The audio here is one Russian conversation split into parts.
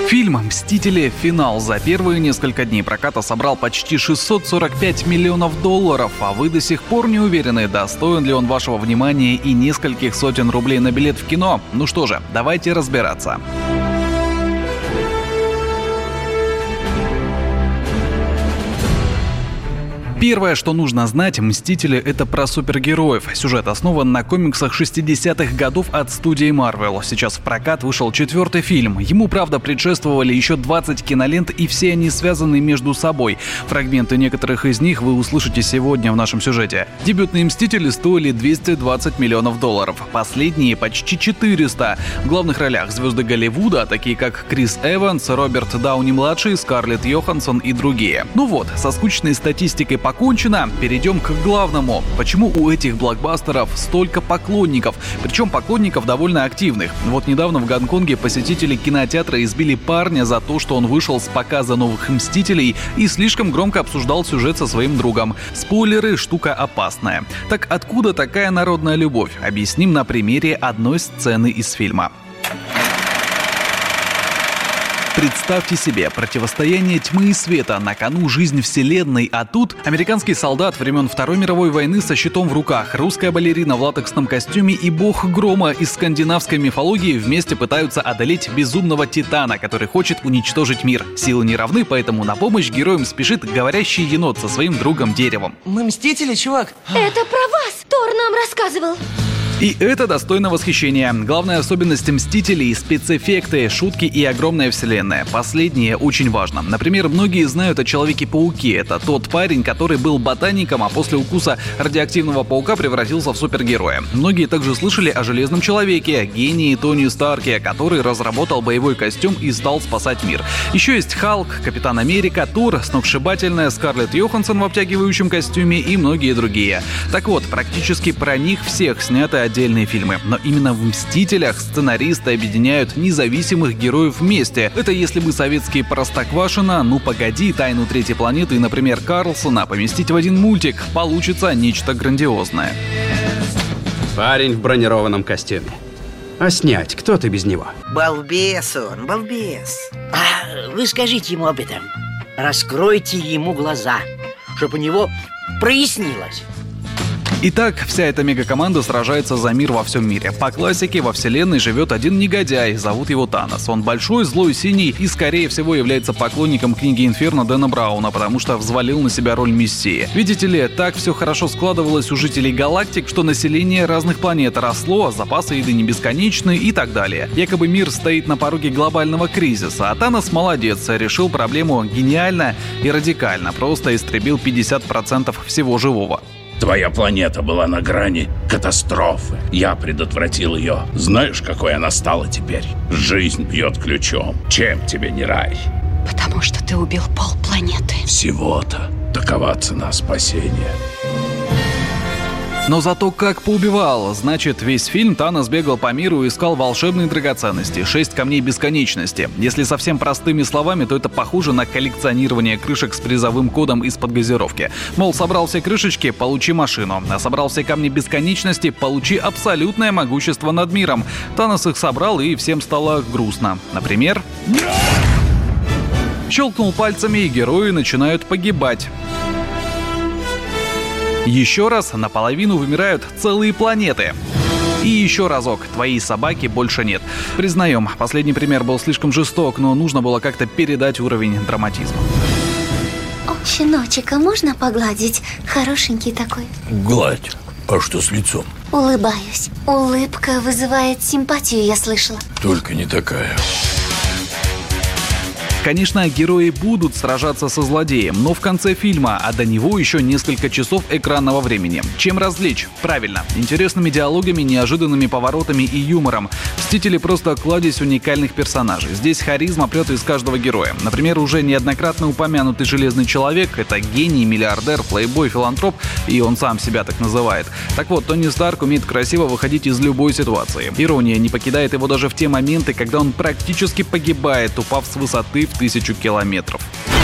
Фильм «Мстители. Финал» за первые несколько дней проката собрал почти 645 миллионов долларов, а вы до сих пор не уверены, достоин ли он вашего внимания и нескольких сотен рублей на билет в кино? Ну что же, давайте разбираться. Первое, что нужно знать, «Мстители» — это про супергероев. Сюжет основан на комиксах 60-х годов от студии Marvel. Сейчас в прокат вышел 4-й фильм. Ему, правда, предшествовали еще 20 кинолент, и все они связаны между собой. Фрагменты некоторых из них вы услышите сегодня в нашем сюжете. Дебютные «Мстители» стоили 220 миллионов долларов. Последние — почти 400. В главных ролях звезды Голливуда, такие как Крис Эванс, Роберт Дауни-младший, Скарлетт Йоханссон и другие. Ну вот, со скучной статистикой покончено, перейдем к главному. Почему у этих блокбастеров столько поклонников? Причем поклонников довольно активных. Вот недавно в Гонконге посетители кинотеатра избили парня за то, что он вышел с показа новых «Мстителей» и слишком громко обсуждал сюжет со своим другом. Спойлеры — штука опасная. Так откуда такая народная любовь? Объясним на примере одной сцены из фильма. Представьте себе противостояние тьмы и света, на кону жизнь вселенной, а тут американский солдат времен Второй мировой войны со щитом в руках, русская балерина в латексном костюме и бог грома из скандинавской мифологии вместе пытаются одолеть безумного титана, который хочет уничтожить мир. Силы не равны, поэтому на помощь героям спешит говорящий енот со своим другом деревом. Мы мстители, чувак. Это про вас Тор нам рассказывал. И это достойно восхищения. Главная особенность «Мстителей» — спецэффекты, шутки и огромная вселенная. Последнее очень важно. Например, многие знают о Человеке-пауке. Это тот парень, который был ботаником, а после укуса радиоактивного паука превратился в супергероя. Многие также слышали о Железном Человеке, гении Тони Старке, который разработал боевой костюм и стал спасать мир. Еще есть Халк, Капитан Америка, Тор, сногсшибательная Скарлетт Йоханссон в обтягивающем костюме и многие другие. Так вот, практически про них всех сняты отдельные фильмы. Но именно в «Мстителях» сценаристы объединяют независимых героев вместе. Это если бы советские Простоквашино, «Ну погоди», «Тайну третьей планеты» и, например, Карлсона поместить в один мультик. Получится нечто грандиозное. Парень в бронированном костюме. А снять кто ты без него? Балбес он, балбес. Вы скажите ему об этом. Раскройте ему глаза, чтобы у него прояснилось. Итак, вся эта мегакоманда сражается за мир во всем мире. По классике, во вселенной живет один негодяй, зовут его Танос. Он большой, злой, синий и, скорее всего, является поклонником книги «Инферно» Дэна Брауна, потому что взвалил на себя роль мессии. Видите ли, так все хорошо складывалось у жителей галактик, что население разных планет росло, запасы еды не бесконечны и так далее. Якобы мир стоит на пороге глобального кризиса, а Танос молодец, решил проблему гениально и радикально, просто истребил 50% всего живого. Твоя планета была на грани катастрофы. Я предотвратил ее. Знаешь, какой она стала теперь? Жизнь бьет ключом. Чем тебе не рай? Потому что ты убил полпланеты. Всего-то. Такова цена спасения. Но зато как поубивал. Значит, весь фильм Танос бегал по миру и искал волшебные драгоценности, 6 камней бесконечности. Если совсем простыми словами, то это похоже на коллекционирование крышек с призовым кодом из-под газировки. Мол, собрал все крышечки — получи машину, а собрал все камни бесконечности — получи абсолютное могущество над миром. Танос их собрал, и всем стало грустно. Например... Щелкнул пальцами, и герои начинают погибать. Еще раз — наполовину вымирают целые планеты. И еще разок — твоей собаки больше нет. Признаем, последний пример был слишком жесток, но нужно было как-то передать уровень драматизма. Щеночек, а можно погладить? Хорошенький такой. Гладь. А что с лицом? Улыбаюсь. Улыбка вызывает симпатию, я слышала. Только не такая. Конечно, герои будут сражаться со злодеем, но в конце фильма, а до него еще несколько часов экранного времени. Чем развлечь? Правильно, интересными диалогами, неожиданными поворотами и юмором. «Мстители» просто кладезь уникальных персонажей. Здесь харизма прет из каждого героя. Например, уже неоднократно упомянутый Железный Человек — это гений, миллиардер, плейбой, филантроп, и он сам себя так называет. Так вот, Тони Старк умеет красиво выходить из любой ситуации. Ирония не покидает его даже в те моменты, когда он практически погибает, упав с высоты в 1000 километров.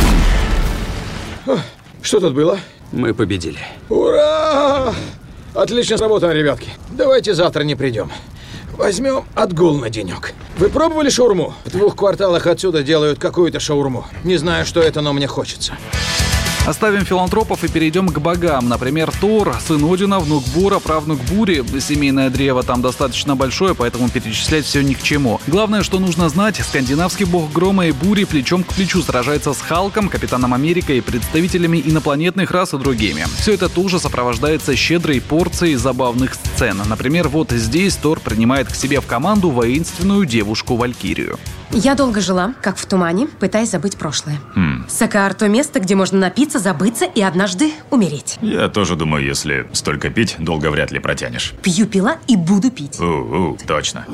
Что тут было? Мы победили. Ура! Отлично сработано, ребятки. Давайте завтра не придем. Возьмем отгул на денек. Вы пробовали шаурму? В 2 кварталах отсюда делают какую-то шаурму. Не знаю, что это, но мне хочется. Оставим филантропов и перейдем к богам. Например, Тор, сын Одина, внук Бора, правнук Бури. Семейное древо там достаточно большое, поэтому перечислять все ни к чему. Главное, что нужно знать, скандинавский бог грома и бури плечом к плечу сражается с Халком, Капитаном Америкой, представителями инопланетных рас и другими. Все это тоже сопровождается щедрой порцией забавных сцен. Например, вот здесь Тор принимает к себе в команду воинственную девушку-валькирию. Я долго жила, как в тумане, пытаясь забыть прошлое. Сакаар — то место, где можно напиться, забыться и однажды умереть. Я тоже думаю, если столько пить, долго вряд ли протянешь. Пью, пила и буду пить. Точно.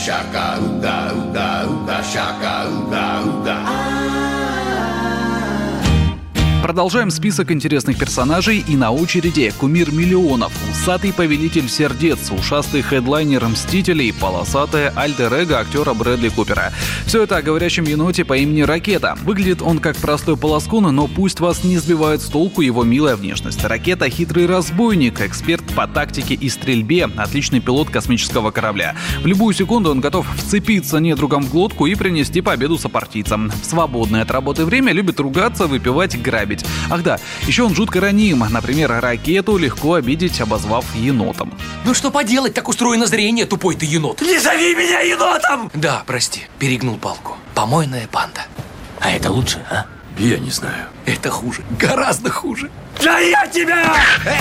Продолжаем список интересных персонажей, и на очереди кумир миллионов, усатый повелитель сердец, ушастый хедлайнер Мстителей, полосатое альтер-эго актера Брэдли Купера. Все это о говорящем еноте по имени Ракета. Выглядит он как простой полоскун, но пусть вас не сбивает с толку его милая внешность. Ракета — хитрый разбойник, эксперт по тактике и стрельбе, отличный пилот космического корабля. В любую секунду он готов вцепиться недругам в глотку и принести победу сопартийцам. В свободное от работы время любит ругаться, выпивать, грабить. Ах да, еще он жутко раним. Например, Ракету легко обидеть, обозвав енотом. Ну что поделать, так устроено зрение, тупой ты енот. Не зови меня енотом! Да, прости, перегнул палку. Помойная панда. А это лучше, а? Я не знаю. Это хуже, гораздо хуже. Да я тебя!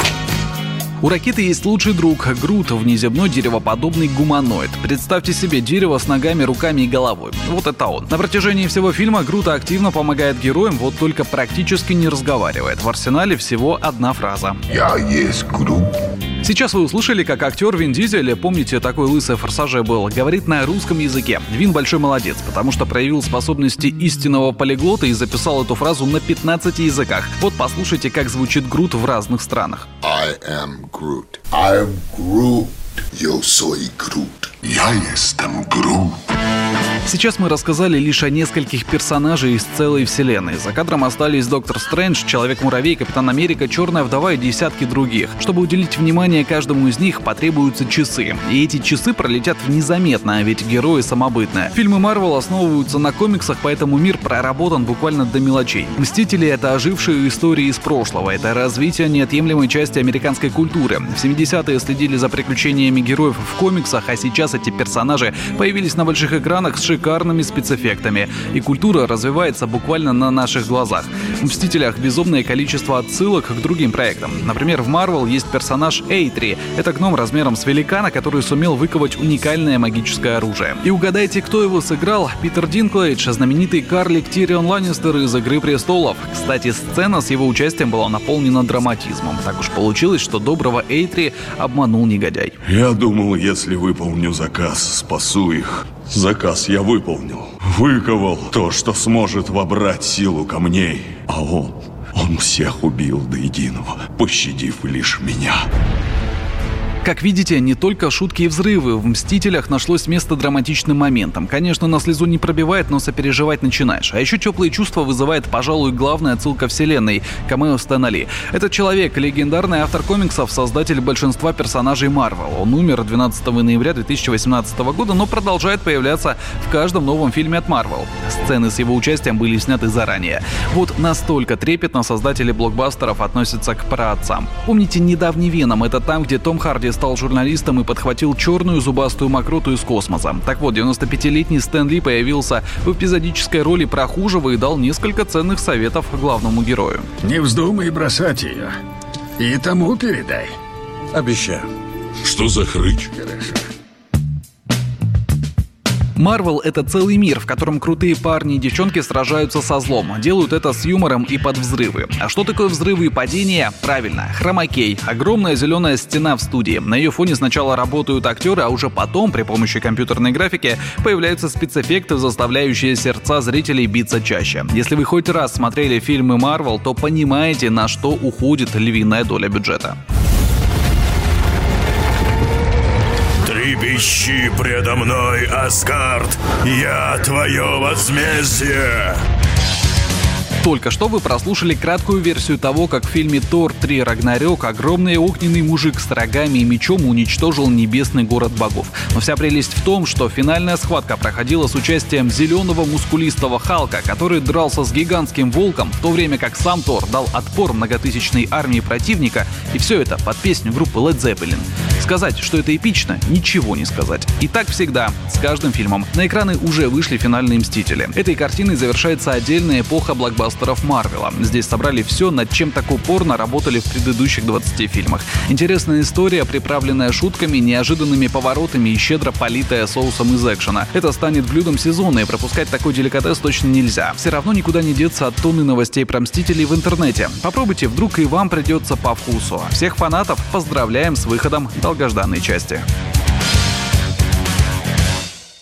У Ракеты есть лучший друг — Грут, внеземной деревоподобный гуманоид. Представьте себе дерево с ногами, руками и головой. Вот это он. На протяжении всего фильма Грут активно помогает героям, вот только практически не разговаривает. В арсенале всего одна фраза. Я есть Грут. Сейчас вы услышали, как актер Вин Дизель, помните, такой лысый в «Форсаже» был, говорит на русском языке. Вин большой молодец, потому что проявил способности истинного полиглота и записал эту фразу на 15 языках. Вот послушайте, как звучит Грут в разных странах. I am Groot. I'm Groot. Я soy Groot. Я есть Грут. Сейчас мы рассказали лишь о нескольких персонажах из целой вселенной. За кадром остались Доктор Стрэндж, Человек-муравей, Капитан Америка, Черная вдова и десятки других. Чтобы уделить внимание каждому из них, потребуются часы. И эти часы пролетят незаметно, ведь герои самобытные. Фильмы Марвел основываются на комиксах, поэтому мир проработан буквально до мелочей. Мстители — это ожившие истории из прошлого, это развитие неотъемлемой части американской культуры. В 70-е следили за приключениями героев в комиксах, а сейчас эти персонажи появились на больших экранах с шикарными спецэффектами. И культура развивается буквально на наших глазах. В «Мстителях» безумное количество отсылок к другим проектам. Например, в Marvel есть персонаж Эйтри. Это гном размером с великана, который сумел выковать уникальное магическое оружие. И угадайте, кто его сыграл? Питер Динклэйдж, знаменитый карлик Тирион Ланнистер из «Игры престолов». Кстати, сцена с его участием была наполнена драматизмом. Так уж получилось, что доброго Эйтри обманул негодяй. Я думал, если выполню заказ, спасу их. Заказ я выполнил. Выковал то, что сможет вобрать силу камней. А он всех убил до единого, пощадив лишь меня. Как видите, не только шутки и взрывы. В «Мстителях» нашлось место драматичным моментам. Конечно, на слезу не пробивает, но сопереживать начинаешь. А еще теплые чувства вызывает, пожалуй, главная отсылка вселенной — камео Стэна Ли. Этот человек — легендарный автор комиксов, создатель большинства персонажей Marvel. Он умер 12 ноября 2018 года, но продолжает появляться в каждом новом фильме от Marvel. Сцены с его участием были сняты заранее. Вот настолько трепетно создатели блокбастеров относятся к праотцам. Помните недавний «Веном»? Это там, где Том Харди стал журналистом и подхватил черную зубастую мокроту из космоса. Так вот, 95-летний Стэн Ли появился в эпизодической роли прохожего и дал несколько ценных советов главному герою. Не вздумай бросать ее. И тому передай. Обещаю. Что за хрыч? Хорошо. Marvel — это целый мир, в котором крутые парни и девчонки сражаются со злом. Делают это с юмором и под взрывы. А что такое взрывы и падения? Правильно, хромакей. Огромная зеленая стена в студии. На ее фоне сначала работают актеры, а уже потом при помощи компьютерной графики появляются спецэффекты, заставляющие сердца зрителей биться чаще. Если вы хоть раз смотрели фильмы Marvel, то понимаете, на что уходит львиная доля бюджета. Трепещи предо мной, Асгард, я твое возмездие! Только что вы прослушали краткую версию того, как в фильме «Тор 3. Рагнарёк» огромный огненный мужик с рогами и мечом уничтожил небесный город богов. Но вся прелесть в том, что финальная схватка проходила с участием зеленого мускулистого Халка, который дрался с гигантским волком, в то время как сам Тор дал отпор многотысячной армии противника, и все это под песню группы Led Zeppelin. Сказать, что это эпично, ничего не сказать. И так всегда, с каждым фильмом. На экраны уже вышли финальные «Мстители». Этой картиной завершается отдельная эпоха блокбастеров Марвела. Здесь собрали все, над чем так упорно работали в предыдущих 20 фильмах. Интересная история, приправленная шутками, неожиданными поворотами и щедро политая соусом из экшена. Это станет блюдом сезона, и пропускать такой деликатес точно нельзя. Все равно никуда не деться от тонны новостей про «Мстителей» в интернете. Попробуйте, вдруг и вам придется по вкусу. Всех фанатов поздравляем с выходом долгожданной части.